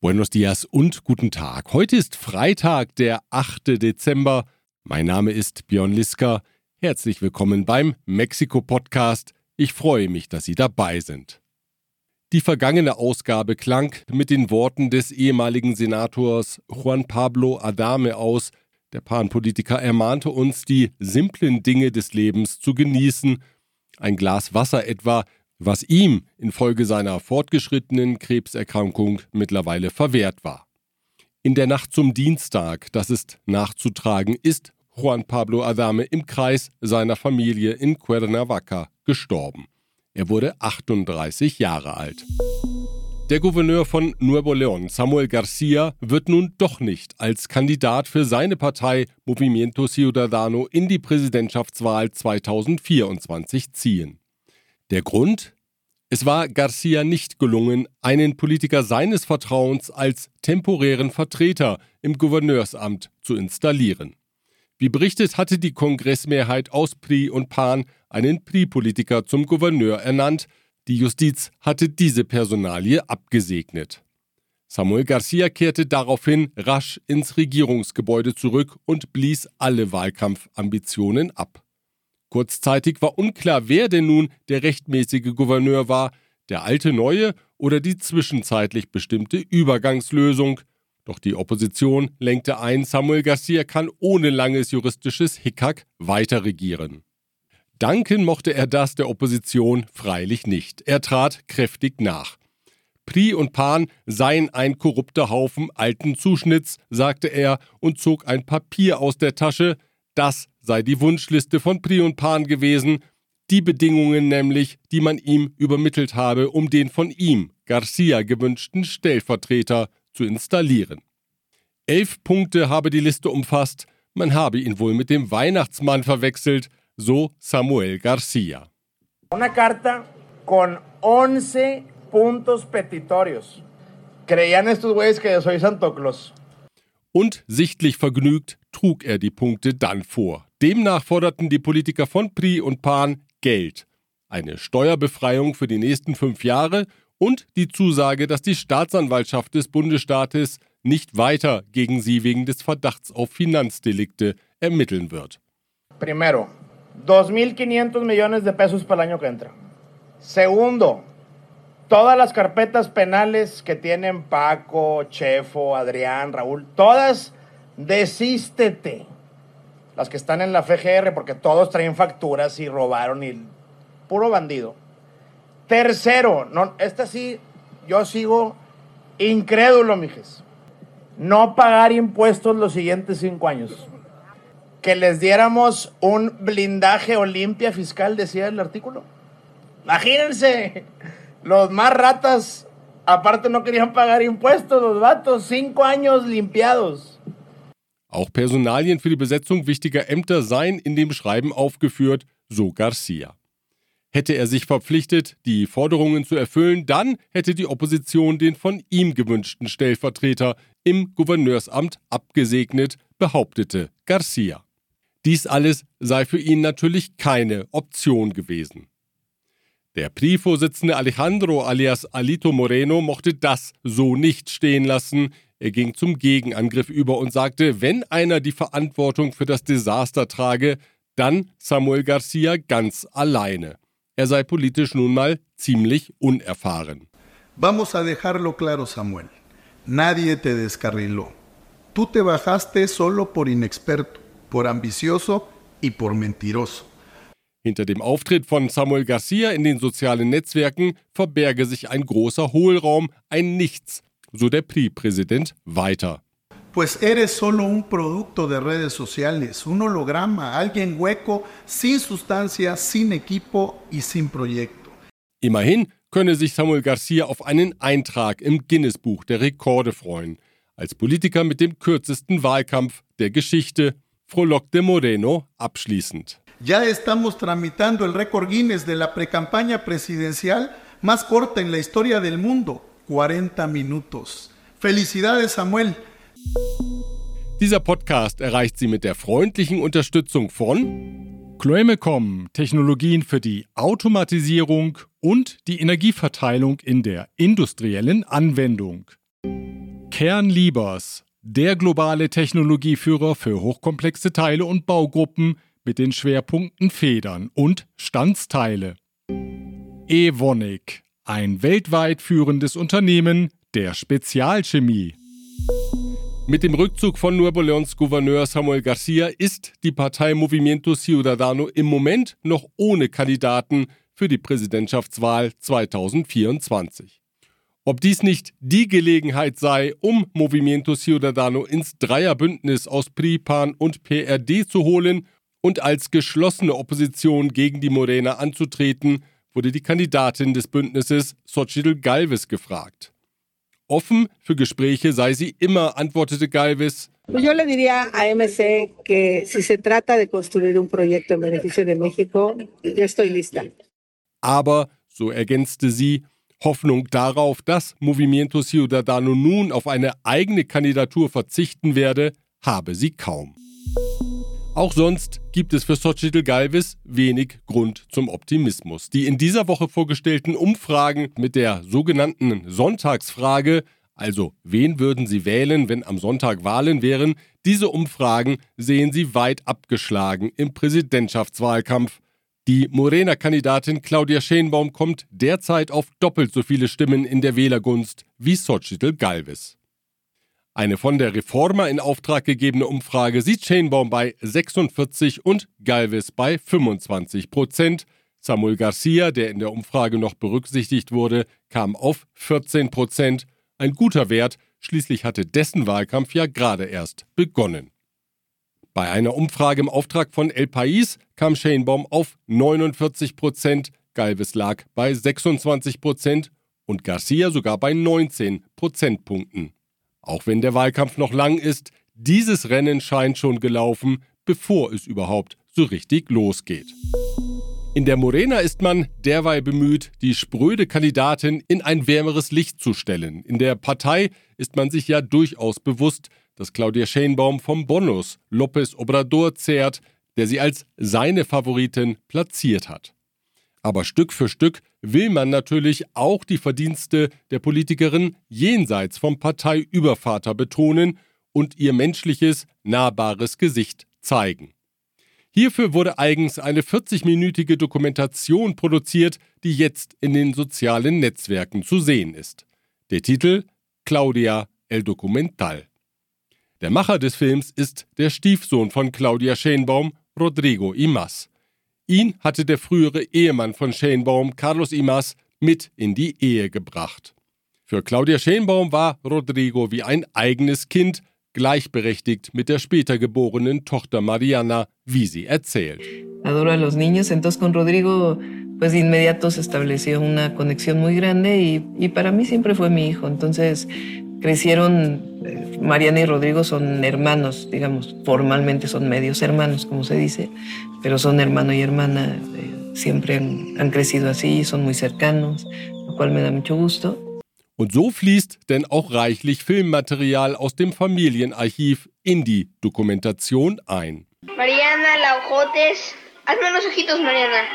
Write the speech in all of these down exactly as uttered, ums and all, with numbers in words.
Buenos dias und guten Tag. Heute ist Freitag, der achte Dezember. Mein Name ist Björn Liska. Herzlich willkommen beim Mexiko-Podcast. Ich freue mich, dass Sie dabei sind. Die vergangene Ausgabe klang mit den Worten des ehemaligen Senators Juan Pablo Adame aus. Der Pan-Politiker ermahnte uns, die simplen Dinge des Lebens zu genießen. Ein Glas Wasser etwa, was ihm infolge seiner fortgeschrittenen Krebserkrankung mittlerweile verwehrt war. In der Nacht zum Dienstag, das ist nachzutragen, ist Juan Pablo Adame im Kreis seiner Familie in Cuernavaca gestorben. Er wurde achtunddreißig Jahre alt. Der Gouverneur von Nuevo León, Samuel García, wird nun doch nicht als Kandidat für seine Partei Movimiento Ciudadano in die Präsidentschaftswahl zweitausendvierundzwanzig ziehen. Der Grund? Es war García nicht gelungen, einen Politiker seines Vertrauens als temporären Vertreter im Gouverneursamt zu installieren. Wie berichtet, hatte die Kongressmehrheit aus P R I und P A N einen P R I-Politiker zum Gouverneur ernannt. Die Justiz hatte diese Personalie abgesegnet. Samuel García kehrte daraufhin rasch ins Regierungsgebäude zurück und blies alle Wahlkampfambitionen ab. Kurzzeitig war unklar, wer denn nun der rechtmäßige Gouverneur war, der alte Neue oder die zwischenzeitlich bestimmte Übergangslösung. Doch die Opposition lenkte ein, Samuel García kann ohne langes juristisches Hickhack weiter regieren. Danken mochte er das der Opposition freilich nicht. Er trat kräftig nach. P R I und P A N seien ein korrupter Haufen alten Zuschnitts, sagte er und zog ein Papier aus der Tasche. Das sei die Wunschliste von P R I und P A N gewesen, die Bedingungen nämlich, die man ihm übermittelt habe, um den von ihm, García, gewünschten Stellvertreter zu installieren. Elf Punkte habe die Liste umfasst, man habe ihn wohl mit dem Weihnachtsmann verwechselt, so Samuel García. Una carta con once puntos petitorios. Creían estos güeyes que yo soy Santo Claus. Und sichtlich vergnügt trug er die Punkte dann vor. Demnach forderten die Politiker von P R I und P A N Geld, eine Steuerbefreiung für die nächsten fünf Jahre und die Zusage, dass die Staatsanwaltschaft des Bundesstaates nicht weiter gegen sie wegen des Verdachts auf Finanzdelikte ermitteln wird. Primero, dos mil quinientos millones de pesos para el año que entra. Segundo, todas las carpetas penales que tienen Paco, Chefo, Adrián, Raúl, todas desístete. Las que están en la F G R, porque todos traen facturas y robaron y puro bandido. Tercero, no, esta sí, yo sigo incrédulo, mijes. No pagar impuestos los siguientes cinco años. Que les diéramos un blindaje o limpia fiscal, decía el artículo. Imagínense, los más ratas, aparte no querían pagar impuestos, los vatos, cinco años limpiados. Auch Personalien für die Besetzung wichtiger Ämter seien in dem Schreiben aufgeführt, so García. Hätte er sich verpflichtet, die Forderungen zu erfüllen, dann hätte die Opposition den von ihm gewünschten Stellvertreter im Gouverneursamt abgesegnet, behauptete García. Dies alles sei für ihn natürlich keine Option gewesen. Der P R I-Vorsitzende Alejandro alias Alito Moreno mochte das so nicht stehen lassen. Er ging zum Gegenangriff über und sagte, wenn einer die Verantwortung für das Desaster trage, dann Samuel García ganz alleine. Er sei politisch nun mal ziemlich unerfahren. Vamos a dejarlo claro, Samuel. Nadie te descarriló. Tú te bajaste solo por inexperto, por ambicioso y por mentiroso. Hinter dem Auftritt von Samuel García in den sozialen Netzwerken verberge sich ein großer Hohlraum, ein Nichts, so der P R I-Präsident weiter. Pues eres solo un producto de redes sociales, un holograma, alguien hueco, sin sustancia, sin equipo y sin proyecto. Immerhin könne sich Samuel García auf einen Eintrag im Guinness-Buch der Rekorde freuen. Als Politiker mit dem kürzesten Wahlkampf der Geschichte, frohlockte Moreno abschließend. Ya estamos tramitando el récord Guinness de la precampaña presidencial más corta en la historia del mundo, cuarenta minutos. Felicidades, Samuel. Dieser Podcast erreicht Sie mit der freundlichen Unterstützung von Chloemecom, Technologien für die Automatisierung und die Energieverteilung in der industriellen Anwendung. Kernliebers, der globale Technologieführer für hochkomplexe Teile und Baugruppen mit den Schwerpunkten Federn und Standsteile. Evonik, ein weltweit führendes Unternehmen der Spezialchemie. Mit dem Rückzug von Nuevo Leóns Gouverneur Samuel García ist die Partei Movimiento Ciudadano im Moment noch ohne Kandidaten für die Präsidentschaftswahl zweitausendvierundzwanzig. Ob dies nicht die Gelegenheit sei, um Movimiento Ciudadano ins Dreierbündnis aus P R I, P A N und P R D zu holen und als geschlossene Opposition gegen die Morena anzutreten, wurde die Kandidatin des Bündnisses Xochitl Gálvez gefragt. Offen für Gespräche sei sie immer, antwortete Gálvez. Yo le diría a M C que si se trata de construir un proyecto en beneficio de México, yo estoy lista. Aber, so ergänzte sie, Hoffnung darauf, dass Movimiento Ciudadano nun auf eine eigene Kandidatur verzichten werde, habe sie kaum. Auch sonst gibt es für Xochitl Gálvez wenig Grund zum Optimismus. Die in dieser Woche vorgestellten Umfragen mit der sogenannten Sonntagsfrage, also wen würden Sie wählen, wenn am Sonntag Wahlen wären, diese Umfragen sehen sie weit abgeschlagen im Präsidentschaftswahlkampf. Die Morena-Kandidatin Claudia Sheinbaum kommt derzeit auf doppelt so viele Stimmen in der Wählergunst wie Xochitl Gálvez. Eine von der Reforma in Auftrag gegebene Umfrage sieht Sheinbaum bei sechsundvierzig und Gálvez bei fünfundzwanzig Prozent. Samuel García, der in der Umfrage noch berücksichtigt wurde, kam auf vierzehn Prozent. Ein guter Wert, schließlich hatte dessen Wahlkampf ja gerade erst begonnen. Bei einer Umfrage im Auftrag von El País kam Sheinbaum auf neunundvierzig Prozent, Gálvez lag bei sechsundzwanzig Prozent und García sogar bei neunzehn Prozentpunkten. Auch wenn der Wahlkampf noch lang ist, dieses Rennen scheint schon gelaufen, bevor es überhaupt so richtig losgeht. In der Morena ist man derweil bemüht, die spröde Kandidatin in ein wärmeres Licht zu stellen. In der Partei ist man sich ja durchaus bewusst, dass Claudia Sheinbaum vom Bonus López Obrador zehrt, der sie als seine Favoritin platziert hat. Aber Stück für Stück will man natürlich auch die Verdienste der Politikerin jenseits vom Parteiübervater betonen und ihr menschliches, nahbares Gesicht zeigen. Hierfür wurde eigens eine vierzigminütige Dokumentation produziert, die jetzt in den sozialen Netzwerken zu sehen ist. Der Titel Claudia el Documental. Der Macher des Films ist der Stiefsohn von Claudia Sheinbaum, Rodrigo Imaz. Ihn hatte der frühere Ehemann von Sheinbaum, Carlos Imaz, mit in die Ehe gebracht. Für Claudia Sheinbaum war Rodrigo wie ein eigenes Kind, gleichberechtigt mit der später geborenen Tochter Mariana, wie sie erzählt. Adoro a los niños, entonces con Rodrigo pues de inmediato se estableció una conexión muy grande y, y para mí siempre fue mi hijo, entonces crecieron, eh, Mariana y Rodrigo son hermanos, digamos, formalmente son medios hermanos, como se dice, pero son hermano y hermana, eh, siempre han, han crecido así, son muy cercanos, lo cual me da mucho gusto. Und so fließt denn auch reichlich Filmmaterial aus dem Familienarchiv in die Dokumentation ein. Mariana, la ojotes. Hazme unos ojitos, Mariana.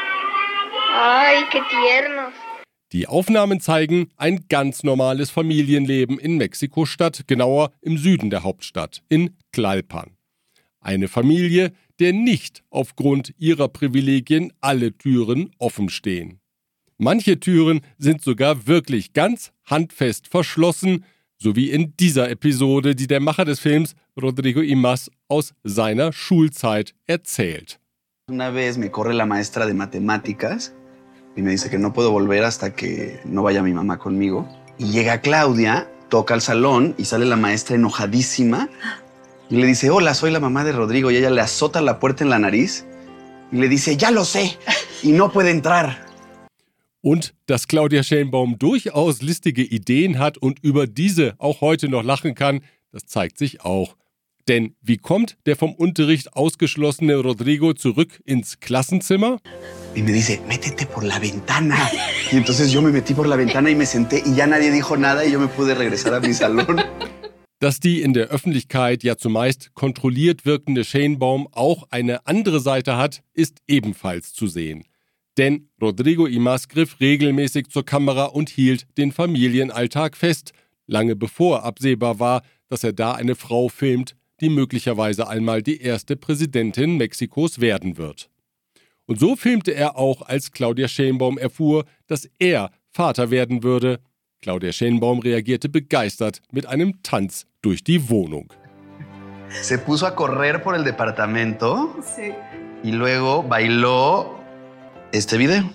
Ay, qué tiernos. Die Aufnahmen zeigen ein ganz normales Familienleben in Mexiko-Stadt, genauer im Süden der Hauptstadt, in Tlalpan. Eine Familie, der nicht aufgrund ihrer Privilegien alle Türen offen stehen. Manche Türen sind sogar wirklich ganz handfest verschlossen, so wie in dieser Episode, die der Macher des Films, Rodrigo Imaz, aus seiner Schulzeit erzählt. Una vez me corre la maestra de matemáticas y me dice que no puedo volver hasta que no vaya mi mamá conmigo. Y llega Claudia, toca al salón y sale la maestra enojadísima y le dice, hola, soy la mamá de Rodrigo. Y ella le azota la puerta en la nariz y le dice, ya lo sé, y no puede entrar. Und dass Claudia Sheinbaum durchaus listige Ideen hat und über diese auch heute noch lachen kann, das zeigt sich auch. Denn wie kommt der vom Unterricht ausgeschlossene Rodrigo zurück ins Klassenzimmer? Y me dice, métete por la ventana. Y entonces yo me metí por la ventana y me senté y ya nadie dijo nada y yo me pude regresar a mi salón. Dass die in der Öffentlichkeit ja zumeist kontrolliert wirkende Sheinbaum auch eine andere Seite hat, ist ebenfalls zu sehen. Denn Rodrigo Imaz griff regelmäßig zur Kamera und hielt den Familienalltag fest. lange bevor absehbar war, dass er da eine Frau filmt, die möglicherweise einmal die erste Präsidentin Mexikos werden wird. Und so filmte er auch, als Claudia Sheinbaum erfuhr, dass er Vater werden würde. Claudia Sheinbaum reagierte begeistert mit einem Tanz durch die Wohnung. Se puso a correr por el departamento Sí. y luego bailó este video.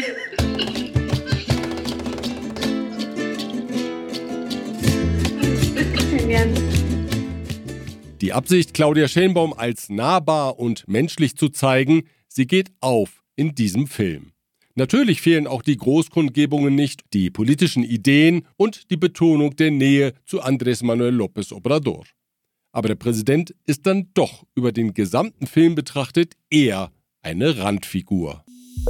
Genial. Die Absicht, Claudia Sheinbaum als nahbar und menschlich zu zeigen, sie geht auf in diesem Film. Natürlich fehlen auch die Großkundgebungen nicht, die politischen Ideen und die Betonung der Nähe zu Andrés Manuel López Obrador. Aber der Präsident ist dann doch über den gesamten Film betrachtet eher eine Randfigur.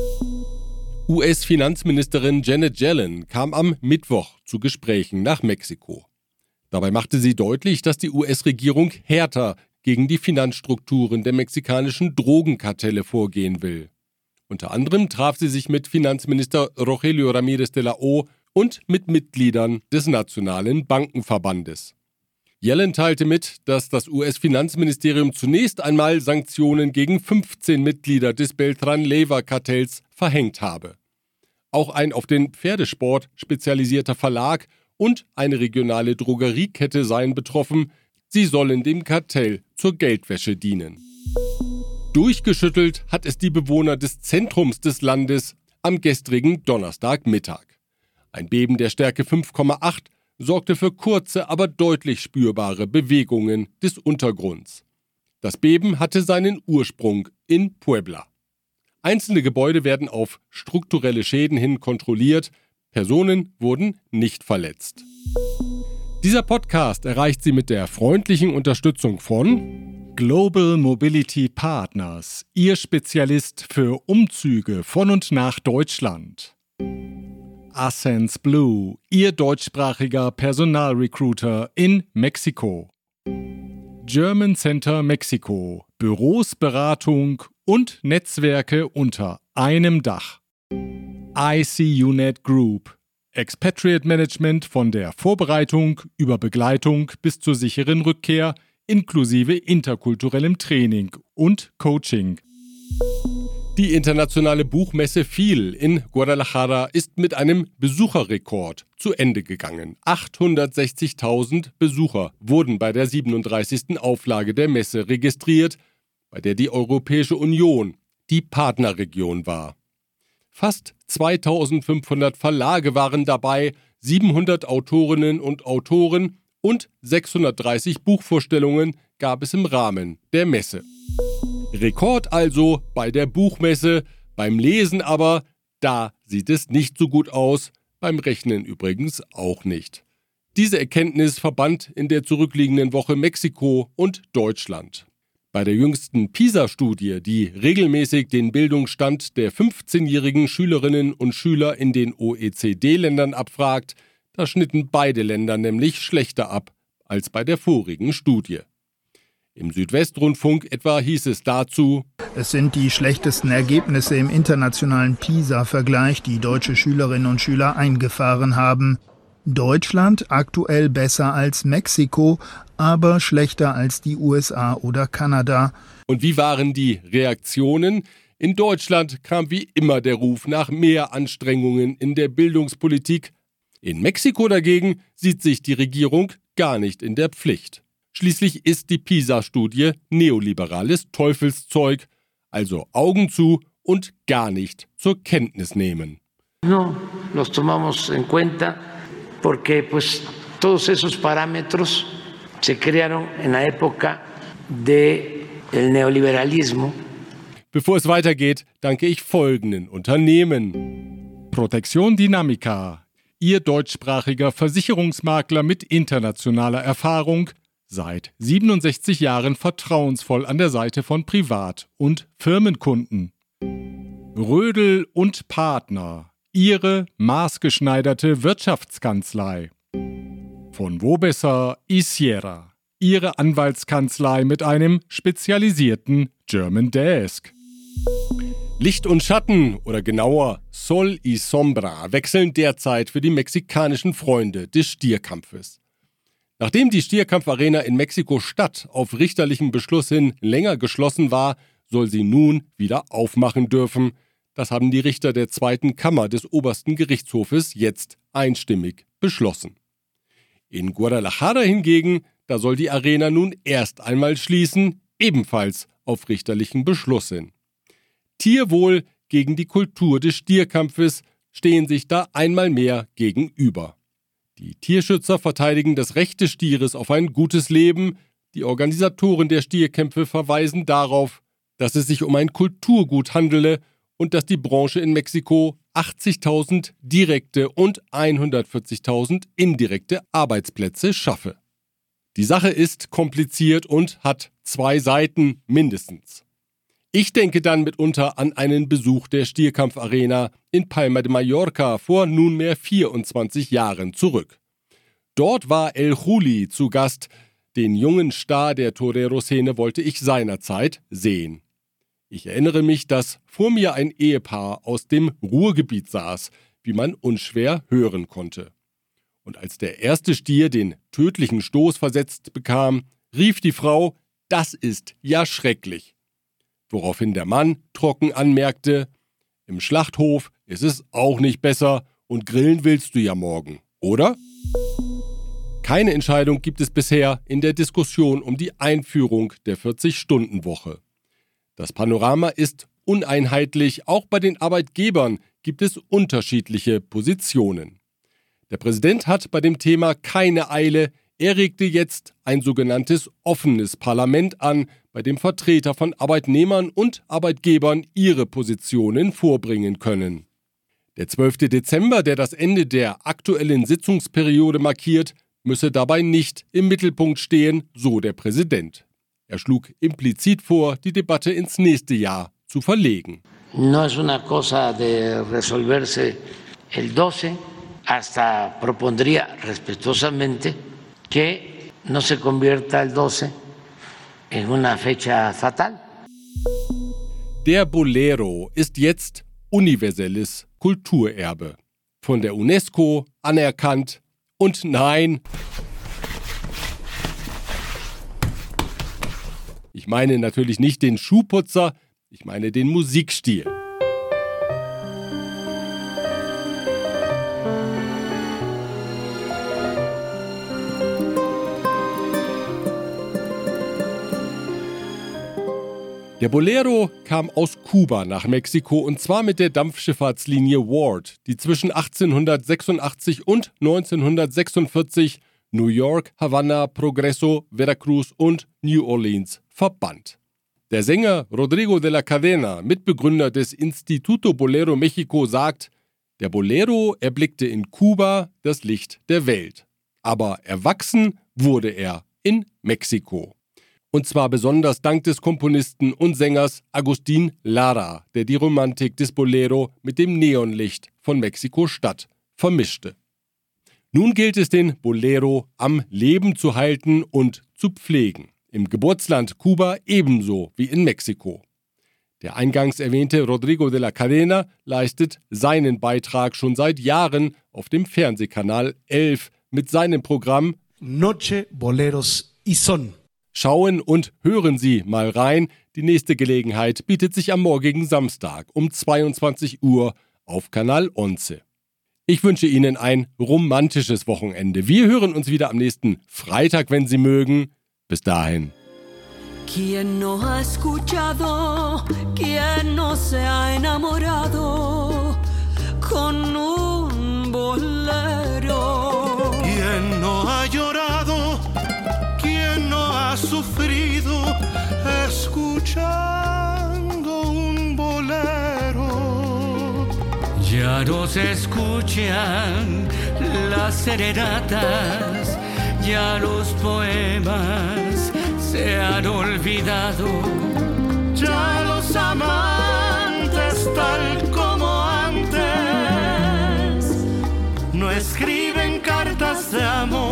U S-Finanzministerin Janet Yellen kam am Mittwoch zu Gesprächen nach Mexiko. Dabei machte sie deutlich, dass die U S-Regierung härter gegen die Finanzstrukturen der mexikanischen Drogenkartelle vorgehen will. Unter anderem traf sie sich mit Finanzminister Rogelio Ramírez de la O und mit Mitgliedern des Nationalen Bankenverbandes. Yellen teilte mit, dass das U S-Finanzministerium zunächst einmal Sanktionen gegen fünfzehn Mitglieder des Beltran-Leyva-Kartells verhängt habe. Auch ein auf den Pferdesport spezialisierter Verlag und eine regionale Drogeriekette seien betroffen, sie sollen dem Kartell zur Geldwäsche dienen. Durchgeschüttelt hat es die Bewohner des Zentrums des Landes am gestrigen Donnerstagmittag. Ein Beben der Stärke fünf Komma acht sorgte für kurze, aber deutlich spürbare Bewegungen des Untergrunds. Das Beben hatte seinen Ursprung in Puebla. Einzelne Gebäude werden auf strukturelle Schäden hin kontrolliert, Personen wurden nicht verletzt. Dieser Podcast erreicht Sie mit der freundlichen Unterstützung von Global Mobility Partners, Ihr Spezialist für Umzüge von und nach Deutschland. Ascens Blue, Ihr deutschsprachiger Personalrecruiter in Mexiko. German Center Mexiko, Büros, Beratung und Netzwerke unter einem Dach. I C U Net Group, Expatriate Management von der Vorbereitung über Begleitung bis zur sicheren Rückkehr inklusive interkulturellem Training und Coaching. Die internationale Buchmesse F I L in Guadalajara ist mit einem Besucherrekord zu Ende gegangen. achthundertsechzigtausend Besucher wurden bei der siebenunddreißigsten Auflage der Messe registriert, bei der die Europäische Union die Partnerregion war. Fast zweitausendfünfhundert Verlage waren dabei, siebenhundert Autorinnen und Autoren und sechshundertdreißig Buchvorstellungen gab es im Rahmen der Messe. Rekord also bei der Buchmesse, beim Lesen aber, da sieht es nicht so gut aus, beim Rechnen übrigens auch nicht. Diese Erkenntnis verband in der zurückliegenden Woche Mexiko und Deutschland. Bei der jüngsten PISA-Studie, die regelmäßig den Bildungsstand der fünfzehnjährigen Schülerinnen und Schüler in den O E C D-Ländern abfragt, da schnitten beide Länder nämlich schlechter ab als bei der vorigen Studie. Im Südwestrundfunk etwa hieß es dazu: Es sind die schlechtesten Ergebnisse im internationalen PISA-Vergleich, die deutsche Schülerinnen und Schüler eingefahren haben. Deutschland aktuell besser als Mexiko, aber schlechter als die U S A oder Kanada. Und wie waren die Reaktionen? In Deutschland kam wie immer der Ruf nach mehr Anstrengungen in der Bildungspolitik. In Mexiko dagegen sieht sich die Regierung gar nicht in der Pflicht. Schließlich ist die PISA-Studie neoliberales Teufelszeug, also Augen zu und gar nicht zur Kenntnis nehmen. No los tomamos en cuenta porque pues todos esos parámetros se crearon en la época del neoliberalismo. Bevor es weitergeht, danke ich folgenden Unternehmen: Protección Dinámica, Ihr deutschsprachiger Versicherungsmakler mit internationaler Erfahrung, seit siebenundsechzig Jahren vertrauensvoll an der Seite von Privat- und Firmenkunden. Rödel und Partner, Ihre maßgeschneiderte Wirtschaftskanzlei. Von Wobesser y Sierra, Ihre Anwaltskanzlei mit einem spezialisierten German Desk. Licht und Schatten, oder genauer Sol y Sombra, wechseln derzeit für die mexikanischen Freunde des Stierkampfes. Nachdem die Stierkampfarena in Mexiko-Stadt auf richterlichen Beschluss hin länger geschlossen war, soll sie nun wieder aufmachen dürfen. Das haben die Richter der zweiten Kammer des obersten Gerichtshofes jetzt einstimmig beschlossen. In Guadalajara hingegen, da soll die Arena nun erst einmal schließen, ebenfalls auf richterlichen Beschluss hin. Tierwohl gegen die Kultur des Stierkampfes stehen sich da einmal mehr gegenüber. Die Tierschützer verteidigen das Recht des Stieres auf ein gutes Leben, die Organisatoren der Stierkämpfe verweisen darauf, dass es sich um ein Kulturgut handele und dass die Branche in Mexiko achtzigtausend direkte und hundertvierzigtausend indirekte Arbeitsplätze schaffe. Die Sache ist kompliziert und hat zwei Seiten mindestens. Ich denke dann mitunter an einen Besuch der Stierkampfarena in Palma de Mallorca vor nunmehr vierundzwanzig Jahren zurück. Dort war El Juli zu Gast. Den jungen Star der Torero-Szene wollte ich seinerzeit sehen. Ich erinnere mich, dass vor mir ein Ehepaar aus dem Ruhrgebiet saß, wie man unschwer hören konnte. Und als der erste Stier den tödlichen Stoß versetzt bekam, rief die Frau, das ist ja schrecklich. Woraufhin der Mann trocken anmerkte, im Schlachthof ist es auch nicht besser und grillen willst du ja morgen, oder? Keine Entscheidung gibt es bisher in der Diskussion um die Einführung der vierzig-Stunden-Woche. Das Panorama ist uneinheitlich, auch bei den Arbeitgebern gibt es unterschiedliche Positionen. Der Präsident hat bei dem Thema keine Eile. Er regte jetzt ein sogenanntes offenes Parlament an, bei dem Vertreter von Arbeitnehmern und Arbeitgebern ihre Positionen vorbringen können. Der zwölfte Dezember, der das Ende der aktuellen Sitzungsperiode markiert, müsse dabei nicht im Mittelpunkt stehen, so der Präsident. Er schlug implizit vor, die Debatte ins nächste Jahr zu verlegen. No es una cosa de resolverse el doce, hasta propondría respetuosamente que no se convierta el doce en una fecha fatal. Der Bolero ist jetzt universelles Kulturerbe. Von der UNESCO anerkannt. Und nein, ich meine natürlich nicht den Schuhputzer, ich meine den Musikstil. Der Bolero kam aus Kuba nach Mexiko und zwar mit der Dampfschifffahrtslinie Ward, die zwischen achtzehnhundertsechsundachtzig und neunzehnhundertsechsundvierzig New York, Havanna, Progreso, Veracruz und New Orleans verband. Der Sänger Rodrigo de la Cadena, Mitbegründer des Instituto Bolero Mexico, sagt, der Bolero erblickte in Kuba das Licht der Welt. Aber erwachsen wurde er in Mexiko. Und zwar besonders dank des Komponisten und Sängers Agustín Lara, der die Romantik des Bolero mit dem Neonlicht von Mexiko-Stadt vermischte. Nun gilt es, den Bolero am Leben zu halten und zu pflegen. Im Geburtsland Kuba ebenso wie in Mexiko. Der eingangs erwähnte Rodrigo de la Cadena leistet seinen Beitrag schon seit Jahren auf dem Fernsehkanal elf mit seinem Programm Noche Boleros y Son. Schauen und hören Sie mal rein. Die nächste Gelegenheit bietet sich am morgigen Samstag um zweiundzwanzig Uhr auf Kanal Once. Ich wünsche Ihnen ein romantisches Wochenende. Wir hören uns wieder am nächsten Freitag, wenn Sie mögen. Bis dahin. ¿Quién no ha escuchado? ¿Quién no se ha enamorado con un bolero? ¿Quién no ha llorado? ¿Quién no ha sufrido escuchando un bolero? Ya no se escuchan las serenatas, ya los poemas se han olvidado. Ya los amantes tal como antes no escriben cartas de amor.